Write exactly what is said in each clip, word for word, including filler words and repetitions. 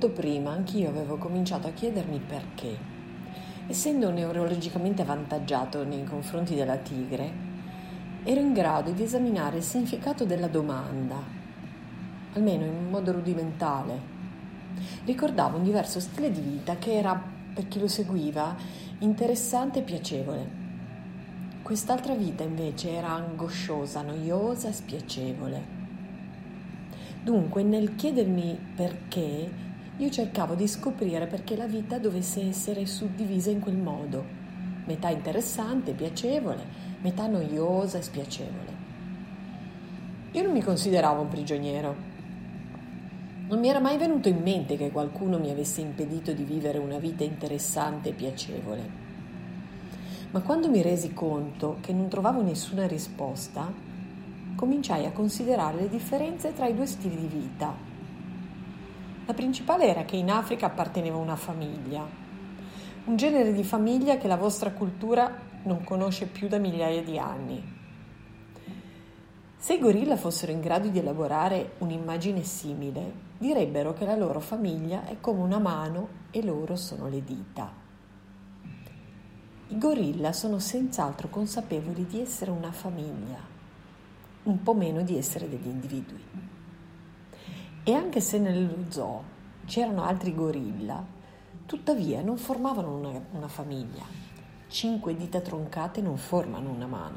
molto prima anch'io avevo cominciato a chiedermi perché. Essendo neurologicamente avvantaggiato nei confronti della tigre, ero in grado di esaminare il significato della domanda, almeno in modo rudimentale. Ricordavo un diverso stile di vita che era, per chi lo seguiva, interessante e piacevole. Quest'altra vita invece era angosciosa, noiosa e spiacevole. Dunque, nel chiedermi perché, io cercavo di scoprire perché la vita dovesse essere suddivisa in quel modo, metà interessante e piacevole, metà noiosa e spiacevole. Io non mi consideravo un prigioniero. Non mi era mai venuto in mente che qualcuno mi avesse impedito di vivere una vita interessante e piacevole. Ma quando mi resi conto che non trovavo nessuna risposta, cominciai a considerare le differenze tra i due stili di vita. La principale era che in Africa appartenevo a una famiglia, un genere di famiglia che la vostra cultura non conosce più da migliaia di anni. Se i gorilla fossero in grado di elaborare un'immagine simile, direbbero che la loro famiglia è come una mano e loro sono le dita. I gorilla sono senz'altro consapevoli di essere una famiglia, un po' meno di essere degli individui. E anche se nello zoo c'erano altri gorilla, tuttavia non formavano una, una famiglia. Cinque dita troncate non formano una mano.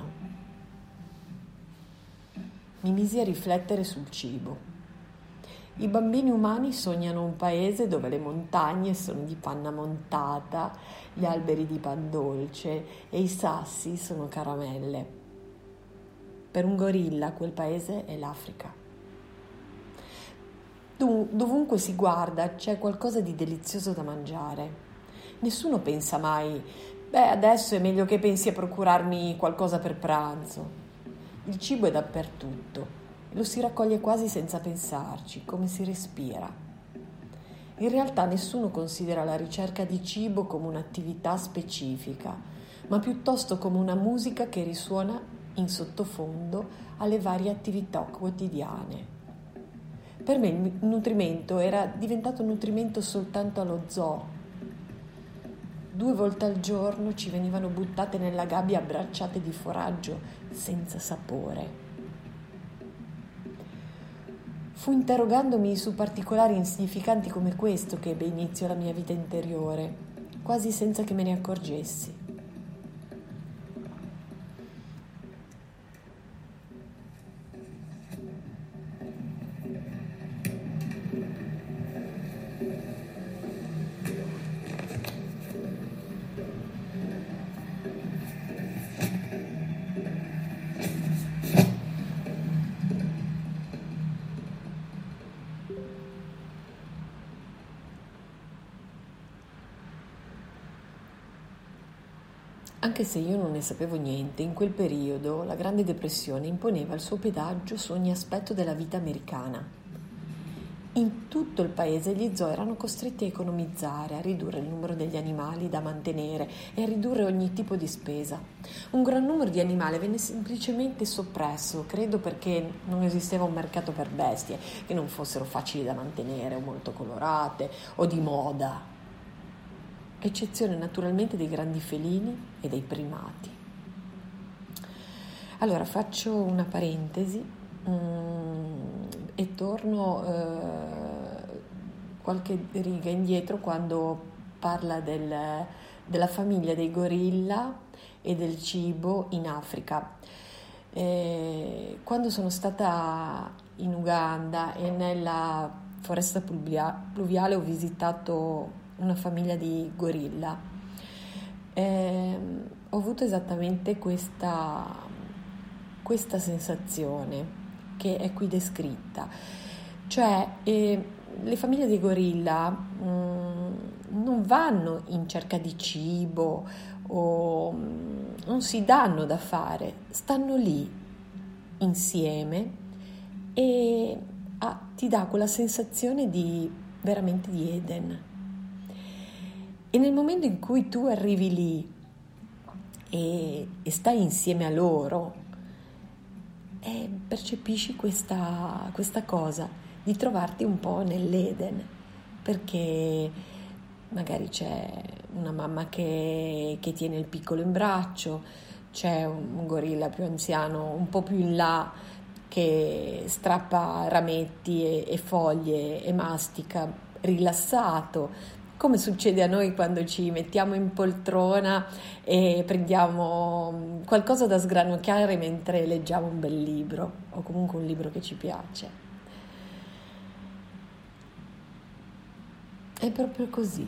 Mi misi a riflettere sul cibo. I bambini umani sognano un paese dove le montagne sono di panna montata, gli alberi di pan dolce e i sassi sono caramelle. Per un gorilla quel paese è l'Africa. Dovunque si guarda c'è qualcosa di delizioso da mangiare. Nessuno pensa mai, beh, adesso è meglio che pensi a procurarmi qualcosa per pranzo. Il cibo è dappertutto. Lo si raccoglie quasi senza pensarci, come si respira. In realtà nessuno considera la ricerca di cibo come un'attività specifica, ma piuttosto come una musica che risuona in sottofondo alle varie attività quotidiane. Per me il nutrimento era diventato nutrimento soltanto allo zoo. Due volte al giorno ci venivano buttate nella gabbia abbracciate di foraggio senza sapore. Fu interrogandomi su particolari insignificanti come questo che ebbe inizio la mia vita interiore, quasi senza che me ne accorgessi. Anche se io non ne sapevo niente, in quel periodo la Grande Depressione imponeva il suo pedaggio su ogni aspetto della vita americana. In tutto il paese gli zoo erano costretti a economizzare, a ridurre il numero degli animali da mantenere e a ridurre ogni tipo di spesa. Un gran numero di animali venne semplicemente soppresso, credo perché non esisteva un mercato per bestie che non fossero facili da mantenere o molto colorate o di moda. Eccezione naturalmente dei grandi felini e dei primati. Allora faccio una parentesi um, e torno uh, qualche riga indietro quando parla del, della famiglia dei gorilla e del cibo in Africa. Eh, quando sono stata in Uganda e nella foresta pluviale ho visitato una famiglia di gorilla. Eh, ho avuto esattamente questa, questa sensazione che è qui descritta. Cioè, eh, le famiglie di gorilla mh, non vanno in cerca di cibo o mh, non si danno da fare, stanno lì insieme e ah, ti dà quella sensazione di veramente di Eden. E nel momento in cui tu arrivi lì e, e stai insieme a loro, e percepisci questa, questa cosa di trovarti un po' nell'Eden, perché magari c'è una mamma che, che tiene il piccolo in braccio, c'è un gorilla più anziano un po' più in là che strappa rametti e, e foglie e mastica rilassato, come succede a noi quando ci mettiamo in poltrona e prendiamo qualcosa da sgranocchiare mentre leggiamo un bel libro o comunque un libro che ci piace. È proprio così.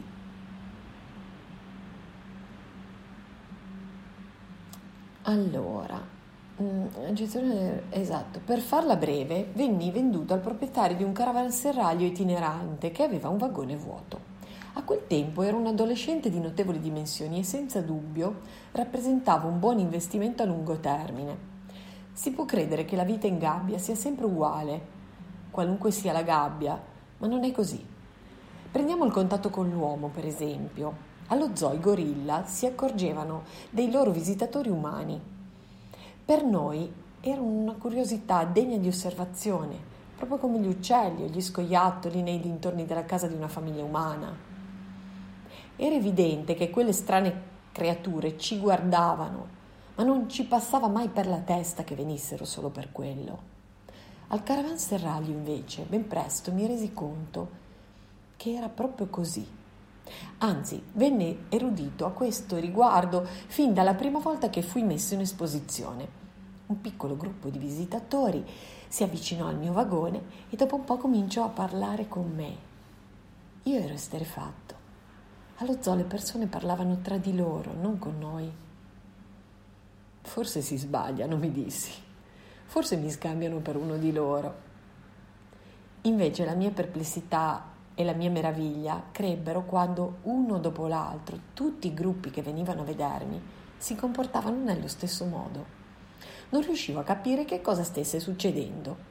Allora, mm, gestione- esatto, per farla breve, venni venduto al proprietario di un caravanserraglio itinerante che aveva un vagone vuoto. A quel tempo ero un adolescente di notevoli dimensioni e senza dubbio rappresentava un buon investimento a lungo termine. Si può credere che la vita in gabbia sia sempre uguale, qualunque sia la gabbia, ma non è così. Prendiamo il contatto con l'uomo, per esempio. Allo zoo i gorilla si accorgevano dei loro visitatori umani. Per noi era una curiosità degna di osservazione, proprio come gli uccelli o gli scoiattoli nei dintorni della casa di una famiglia umana. Era evidente che quelle strane creature ci guardavano, ma non ci passava mai per la testa che venissero solo per quello. Al caravanserraglio, invece, ben presto mi resi conto che era proprio così. Anzi, venne erudito a questo riguardo fin dalla prima volta che fui messo in esposizione. Un piccolo gruppo di visitatori si avvicinò al mio vagone e dopo un po' cominciò a parlare con me. Io ero esterrefatto. Allo zoo le persone parlavano tra di loro, non con noi. Forse si sbagliano, mi dissi. Forse mi scambiano per uno di loro. Invece la mia perplessità e la mia meraviglia crebbero quando, uno dopo l'altro, tutti i gruppi che venivano a vedermi si comportavano nello stesso modo. Non riuscivo a capire che cosa stesse succedendo.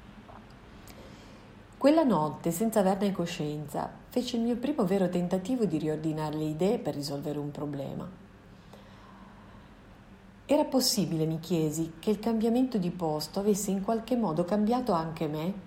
Quella notte, senza averne coscienza, feci il mio primo vero tentativo di riordinare le idee per risolvere un problema. Era possibile, mi chiesi, che il cambiamento di posto avesse in qualche modo cambiato anche me?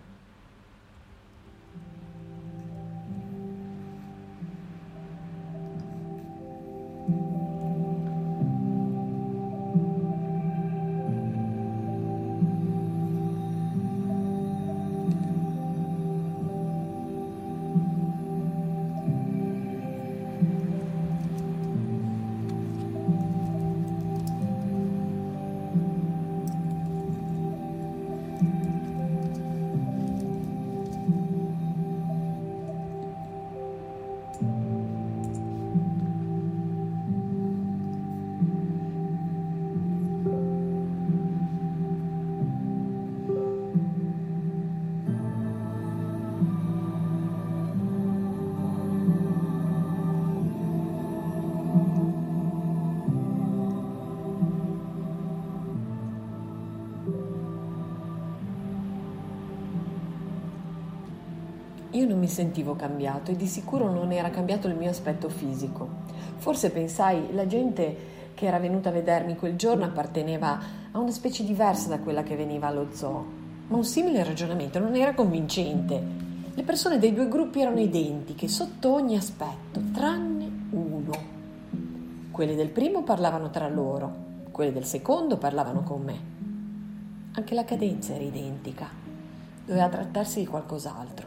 Io non mi sentivo cambiato e di sicuro non era cambiato il mio aspetto fisico. Forse pensai, la gente che era venuta a vedermi quel giorno apparteneva a una specie diversa da quella che veniva allo zoo. Ma un simile ragionamento non era convincente. Le persone dei due gruppi erano identiche sotto ogni aspetto, tranne uno. Quelle del primo parlavano tra loro, quelle del secondo parlavano con me. Anche la cadenza era identica. Doveva trattarsi di qualcos'altro.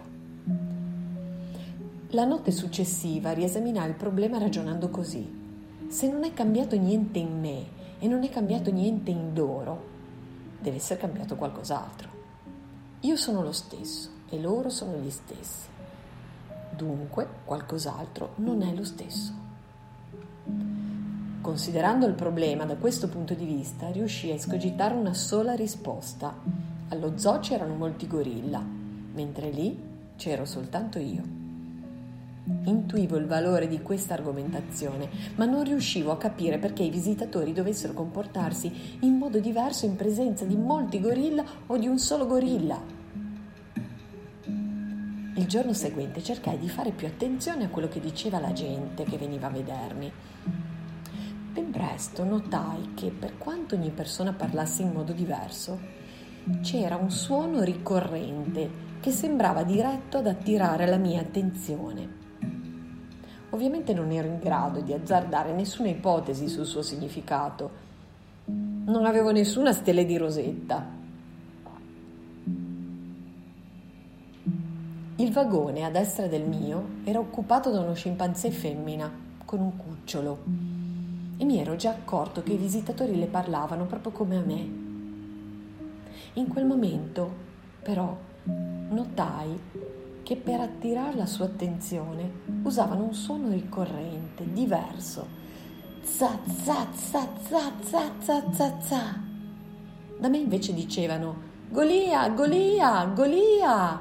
La notte successiva riesaminai il problema ragionando così: se non è cambiato niente in me e non è cambiato niente in loro, deve essere cambiato qualcos'altro. Io sono lo stesso e loro sono gli stessi. Dunque, qualcos'altro non è lo stesso. Considerando il problema da questo punto di vista, riuscii a escogitare una sola risposta. Allo zoo c'erano molti gorilla, mentre lì c'ero soltanto io. Intuivo il valore di questa argomentazione, ma non riuscivo a capire perché i visitatori dovessero comportarsi in modo diverso in presenza di molti gorilla o di un solo gorilla. Il giorno seguente cercai di fare più attenzione a quello che diceva la gente che veniva a vedermi. Ben presto notai che, per quanto ogni persona parlasse in modo diverso, c'era un suono ricorrente che sembrava diretto ad attirare la mia attenzione. Ovviamente non ero in grado di azzardare nessuna ipotesi sul suo significato. Non avevo nessuna stella di Rosetta. Il vagone a destra del mio era occupato da uno scimpanzé femmina con un cucciolo e mi ero già accorto che i visitatori le parlavano proprio come a me. In quel momento, però, notai che per attirare la sua attenzione usavano un suono ricorrente, diverso. Za za za za za za za za. Da me invece dicevano Golia, Golia, Golia.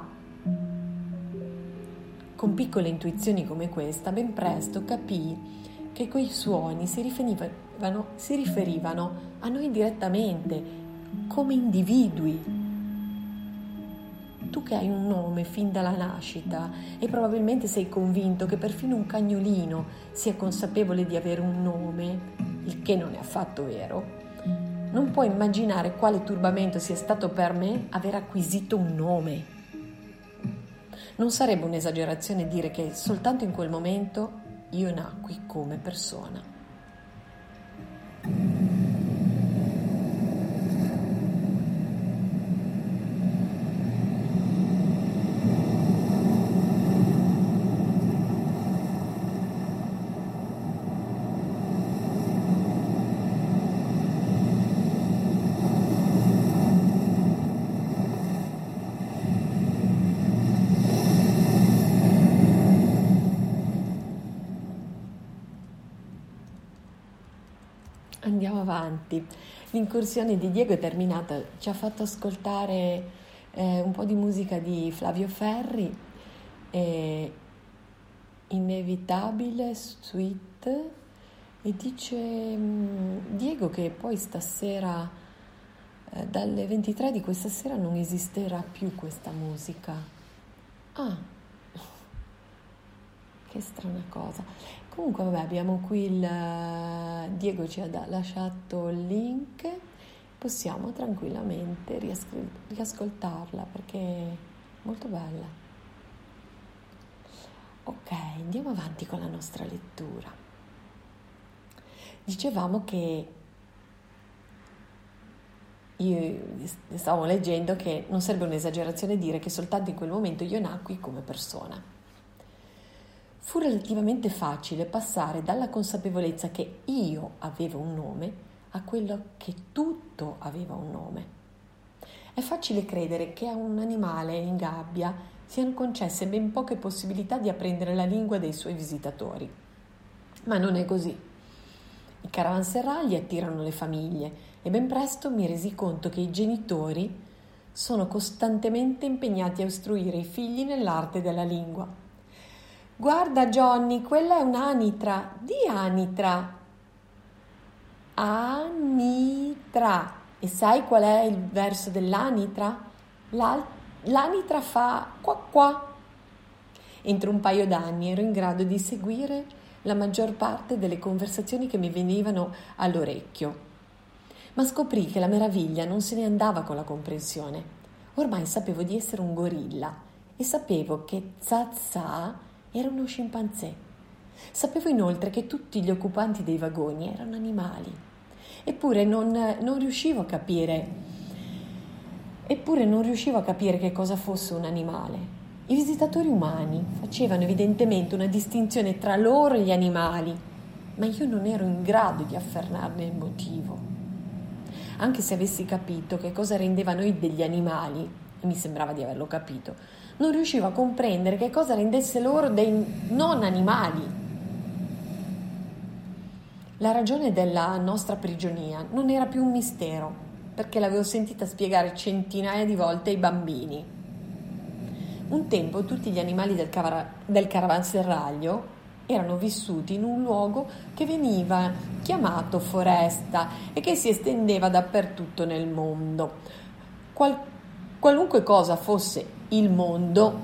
Con piccole intuizioni come questa, ben presto capii che quei suoni si riferivano, si riferivano a noi direttamente, come individui. Tu che hai un nome fin dalla nascita e probabilmente sei convinto che perfino un cagnolino sia consapevole di avere un nome, il che non è affatto vero, non puoi immaginare quale turbamento sia stato per me aver acquisito un nome. Non sarebbe un'esagerazione dire che soltanto in quel momento io nacqui come persona. Andiamo avanti. L'incursione di Diego è terminata, ci ha fatto ascoltare eh, un po' di musica di Flavio Ferri, eh, Inevitabile, Sweet, e dice mh, Diego che poi stasera, eh, dalle ventitré di questa sera non esisterà più questa musica. Ah, che strana cosa. Comunque vabbè, abbiamo qui il Diego ci ha da, lasciato il link, possiamo tranquillamente riascol- riascoltarla perché è molto bella. Ok, andiamo avanti con la nostra lettura. Dicevamo che io stavo leggendo che non sarebbe un'esagerazione dire che soltanto in quel momento io nacqui come persona. Fu relativamente facile passare dalla consapevolezza che io avevo un nome a quello che tutto aveva un nome. È facile credere che a un animale in gabbia siano concesse ben poche possibilità di apprendere la lingua dei suoi visitatori. Ma non è così. I caravanserragli attirano le famiglie e ben presto mi resi conto che i genitori sono costantemente impegnati a istruire i figli nell'arte della lingua. Guarda Johnny, quella è un'anitra. Di anitra. Anitra. E sai qual è il verso dell'anitra? L'al- l'anitra fa qua qua. Entro un paio d'anni ero in grado di seguire la maggior parte delle conversazioni che mi venivano all'orecchio. Ma scoprì che la meraviglia non se ne andava con la comprensione. Ormai sapevo di essere un gorilla e sapevo che Zaza era uno scimpanzé. Sapevo inoltre che tutti gli occupanti dei vagoni erano animali. Eppure non, non riuscivo a capire. Eppure non riuscivo a capire che cosa fosse un animale. I visitatori umani facevano evidentemente una distinzione tra loro e gli animali, ma io non ero in grado di affermarne il motivo. Anche se avessi capito che cosa rendeva noi degli animali, e mi sembrava di averlo capito, non riuscivo a comprendere che cosa rendesse loro dei non animali. La ragione della nostra prigionia non era più un mistero, perché l'avevo sentita spiegare centinaia di volte ai bambini. Un tempo tutti gli animali del, cavara- del caravanserraglio erano vissuti in un luogo che veniva chiamato foresta e che si estendeva dappertutto nel mondo. Qual- qualunque cosa fosse il mondo,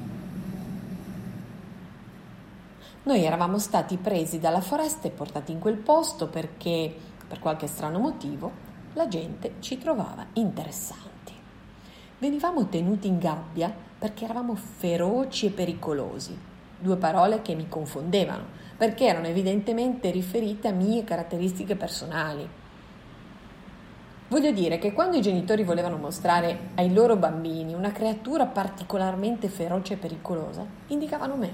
noi eravamo stati presi dalla foresta e portati in quel posto perché, per qualche strano motivo, la gente ci trovava interessanti. Venivamo tenuti in gabbia perché eravamo feroci e pericolosi, due parole che mi confondevano, perché erano evidentemente riferite a mie caratteristiche personali. Voglio dire che quando i genitori volevano mostrare ai loro bambini una creatura particolarmente feroce e pericolosa, indicavano me.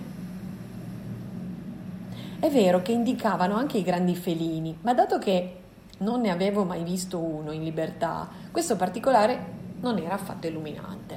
È vero che indicavano anche i grandi felini, ma dato che non ne avevo mai visto uno in libertà, questo particolare non era affatto illuminante.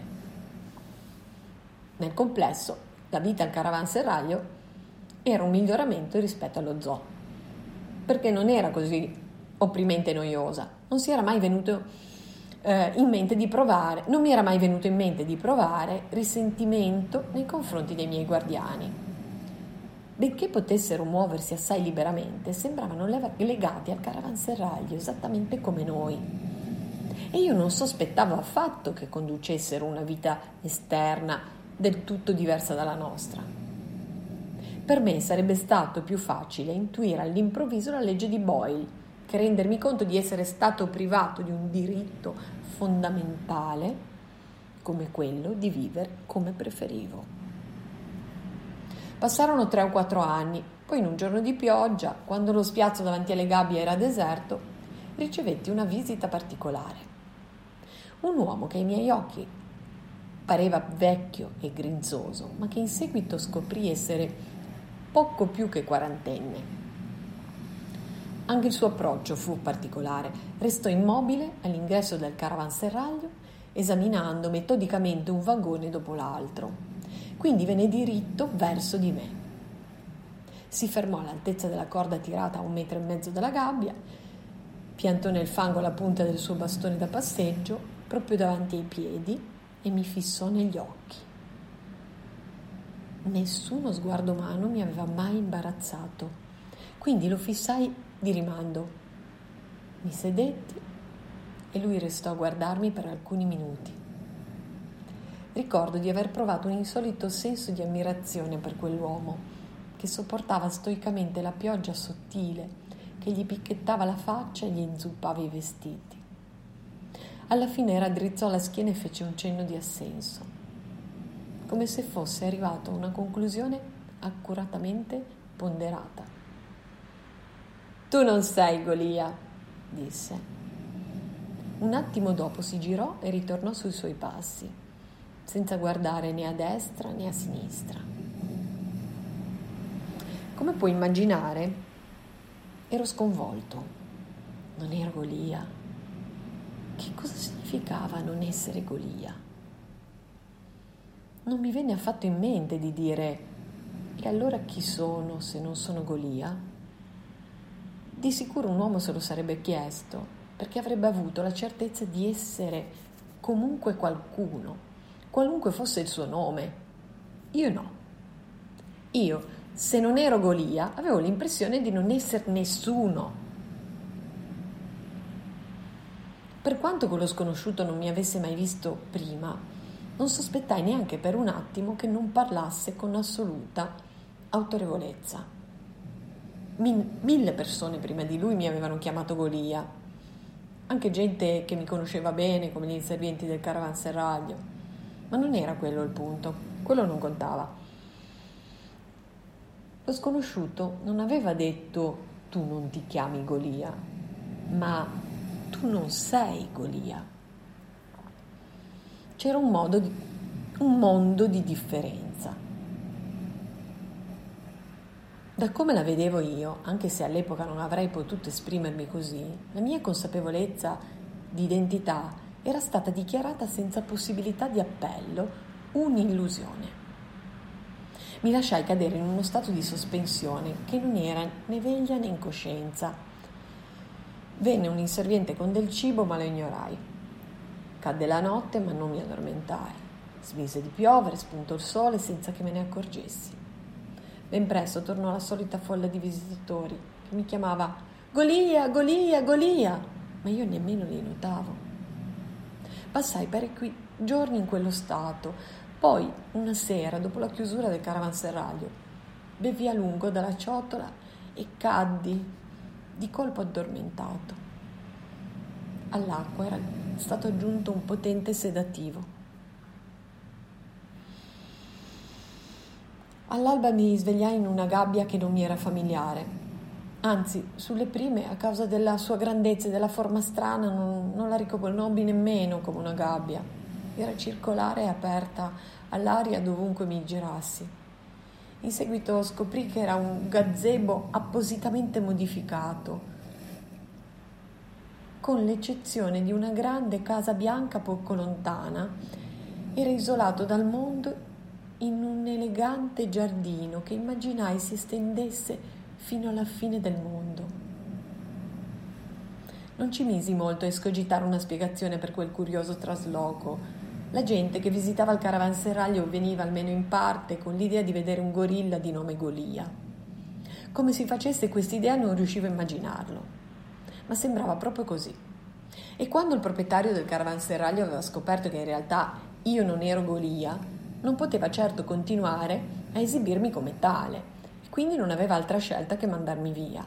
Nel complesso, la vita al caravanserraglio era un miglioramento rispetto allo zoo, perché non era così opprimente e noiosa. Non si era mai venuto eh, in mente di provare, non mi era mai venuto in mente di provare risentimento nei confronti dei miei guardiani. Benché potessero muoversi assai liberamente, sembravano legati al caravanserraglio esattamente come noi. E io non sospettavo affatto che conducessero una vita esterna del tutto diversa dalla nostra. Per me sarebbe stato più facile intuire all'improvviso la legge di Boyle che rendermi conto di essere stato privato di un diritto fondamentale come quello di vivere come preferivo. Passarono tre o quattro anni, poi in un giorno di pioggia, quando lo spiazzo davanti alle gabbie era deserto, ricevetti una visita particolare. Un uomo che ai miei occhi pareva vecchio e grinzoso, ma che in seguito scoprì essere poco più che quarantenne. Anche il suo approccio fu particolare. Restò immobile all'ingresso del caravanserraglio, esaminando metodicamente un vagone dopo l'altro. Quindi venne diritto verso di me. Si fermò all'altezza della corda tirata a un metro e mezzo dalla gabbia, piantò nel fango la punta del suo bastone da passeggio proprio davanti ai piedi e mi fissò negli occhi. Nessuno sguardo umano mi aveva mai imbarazzato, quindi lo fissai di rimando. Mi sedetti e lui restò a guardarmi per alcuni minuti. Ricordo di aver provato un insolito senso di ammirazione per quell'uomo che sopportava stoicamente la pioggia sottile che gli picchettava la faccia e gli inzuppava i vestiti. Alla fine raddrizzò la schiena e fece un cenno di assenso, come se fosse arrivato a una conclusione accuratamente ponderata. «Tu non sei Golia», disse. Un attimo dopo si girò e ritornò sui suoi passi, senza guardare né a destra né a sinistra. Come puoi immaginare, ero sconvolto. Non ero Golia. Che cosa significava non essere Golia? Non mi venne affatto in mente di dire: e allora chi sono se non sono Golia? Di sicuro un uomo se lo sarebbe chiesto, perché avrebbe avuto la certezza di essere comunque qualcuno, qualunque fosse il suo nome. Io no. Io, se non ero Golia, avevo l'impressione di non essere nessuno. Per quanto quello sconosciuto non mi avesse mai visto prima, non sospettai neanche per un attimo che non parlasse con assoluta autorevolezza. Mille persone prima di lui mi avevano chiamato Golia, anche gente che mi conosceva bene come gli inservienti del caravanserraglio, ma non era quello il punto, quello non contava. Lo sconosciuto non aveva detto tu non ti chiami Golia, ma tu non sei Golia. C'era un modo di, un mondo di differenza. Da come la vedevo io, anche se all'epoca non avrei potuto esprimermi così, la mia consapevolezza di identità era stata dichiarata senza possibilità di appello un'illusione. Mi lasciai cadere in uno stato di sospensione che non era né veglia né incoscienza. Venne un inserviente con del cibo, ma lo ignorai. Cadde la notte, ma non mi addormentai. Smise di piovere, spuntò il sole senza che me ne accorgessi. Ben presto tornò la solita folla di visitatori che mi chiamava Golia, Golia, Golia, ma io nemmeno li notavo. Passai parecchi giorni in quello stato. Poi, una sera, dopo la chiusura del caravanserraglio, bevi a lungo dalla ciotola e caddi di colpo addormentato. All'acqua era stato aggiunto un potente sedativo All'alba mi svegliai in una gabbia che non mi era familiare. Anzi, sulle prime, a causa della sua grandezza e della forma strana, non, non la riconobbi nemmeno come una gabbia. Era circolare e aperta all'aria dovunque mi girassi. In seguito scoprì che era un gazebo appositamente modificato, con l'eccezione di una grande casa bianca poco lontana. Era isolato dal mondo in un elegante giardino che immaginai si estendesse fino alla fine del mondo. Non ci misi molto a escogitare una spiegazione per quel curioso trasloco. La gente che visitava il caravanserraglio veniva almeno in parte con l'idea di vedere un gorilla di nome Golia. Come si facesse quest'idea non riuscivo a immaginarlo, ma sembrava proprio così. E quando il proprietario del caravanserraglio aveva scoperto che in realtà io non ero Golia, non poteva certo continuare a esibirmi come tale, e quindi non aveva altra scelta che mandarmi via.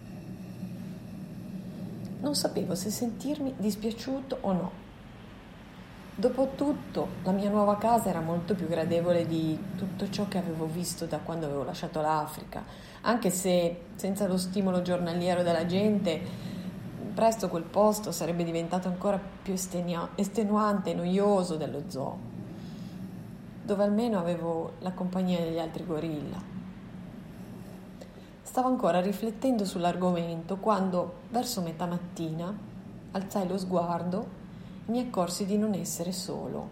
Non sapevo se sentirmi dispiaciuto o no. Dopotutto, la mia nuova casa era molto più gradevole di tutto ciò che avevo visto da quando avevo lasciato l'Africa, anche se senza lo stimolo giornaliero della gente, presto quel posto sarebbe diventato ancora più estenuante e noioso dello zoo, dove almeno avevo la compagnia degli altri gorilla. Stavo ancora riflettendo sull'argomento quando, verso metà mattina, alzai lo sguardo e mi accorsi di non essere solo.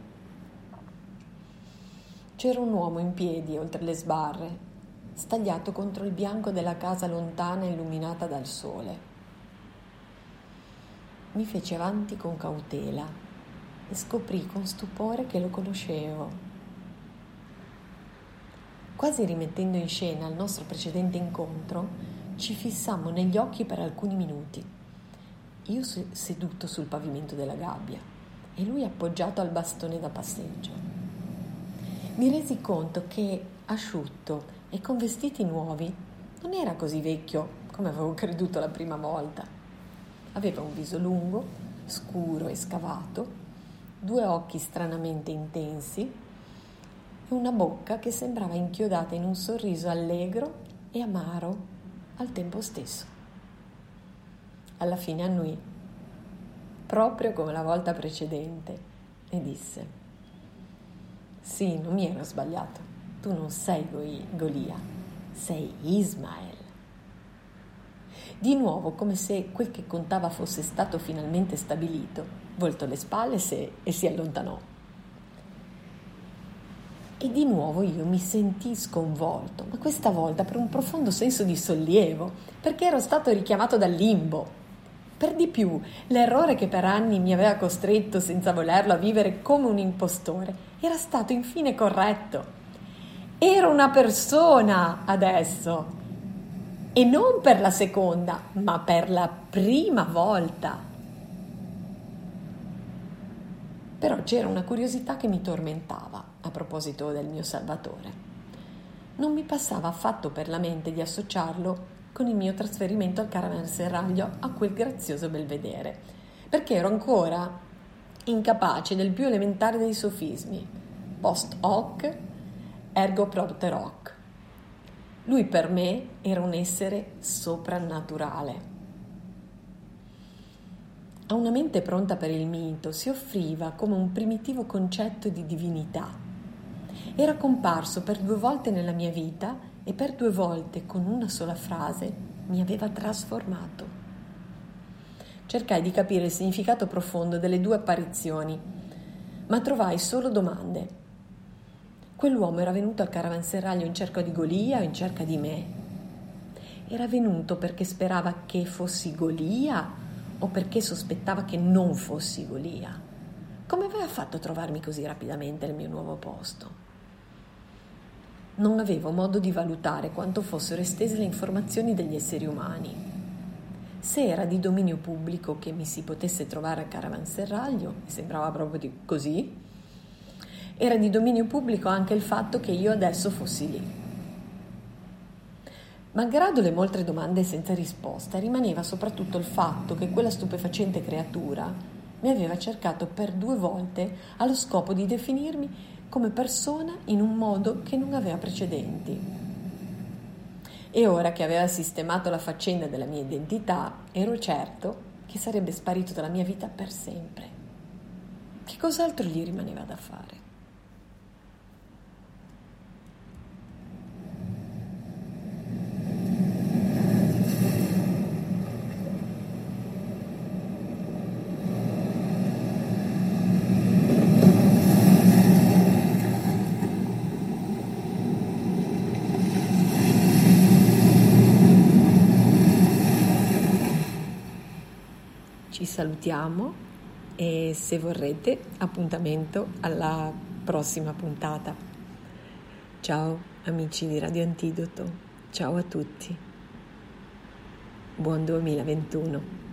C'era un uomo in piedi oltre le sbarre, stagliato contro il bianco della casa lontana illuminata dal sole. Mi feci avanti con cautela e scoprì con stupore che lo conoscevo. Quasi rimettendo in scena il nostro precedente incontro, ci fissammo negli occhi per alcuni minuti. Io seduto sul pavimento della gabbia e lui appoggiato al bastone da passeggio. Mi resi conto che, asciutto e con vestiti nuovi, non era così vecchio come avevo creduto la prima volta. Aveva un viso lungo, scuro e scavato, due occhi stranamente intensi, una bocca che sembrava inchiodata in un sorriso allegro e amaro al tempo stesso. Alla fine annui, proprio come la volta precedente, e disse: «Sì, non mi ero sbagliato. Tu non sei Golia, sei Ismael». Di nuovo, come se quel che contava fosse stato finalmente stabilito, voltò le spalle e si allontanò. E di nuovo io mi sentii sconvolto, ma questa volta per un profondo senso di sollievo, perché ero stato richiamato dal limbo. Per di più, l'errore che per anni mi aveva costretto, senza volerlo, a vivere come un impostore, era stato infine corretto. Ero una persona adesso, e non per la seconda, ma per la prima volta. Però c'era una curiosità che mi tormentava a proposito del mio Salvatore. Non mi passava affatto per la mente di associarlo con il mio trasferimento al caravanserraglio a quel grazioso belvedere, perché ero ancora incapace del più elementare dei sofismi: post hoc ergo propter hoc. Lui per me era un essere soprannaturale. A una mente pronta per il mito si offriva come un primitivo concetto di divinità. Era comparso per due volte nella mia vita e per due volte, con una sola frase, mi aveva trasformato. Cercai di capire il significato profondo delle due apparizioni, ma trovai solo domande. Quell'uomo era venuto al caravanserraglio in cerca di Golia o in cerca di me? Era venuto perché sperava che fossi Golia o perché sospettava che non fossi Golia? Come aveva fatto a trovarmi così rapidamente al mio nuovo posto? Non avevo modo di valutare quanto fossero estese le informazioni degli esseri umani. Se era di dominio pubblico che mi si potesse trovare al caravanserraglio, e sembrava proprio di così, era di dominio pubblico anche il fatto che io adesso fossi lì. Malgrado le molte domande senza risposta, rimaneva soprattutto il fatto che quella stupefacente creatura mi aveva cercato per due volte allo scopo di definirmi come persona in un modo che non aveva precedenti. E ora che aveva sistemato la faccenda della mia identità, ero certo che sarebbe sparito dalla mia vita per sempre. Che cos'altro gli rimaneva da fare? Ci salutiamo e, se vorrete, appuntamento alla prossima puntata. Ciao amici di Radio Antidoto, ciao a tutti, buon duemilaventuno.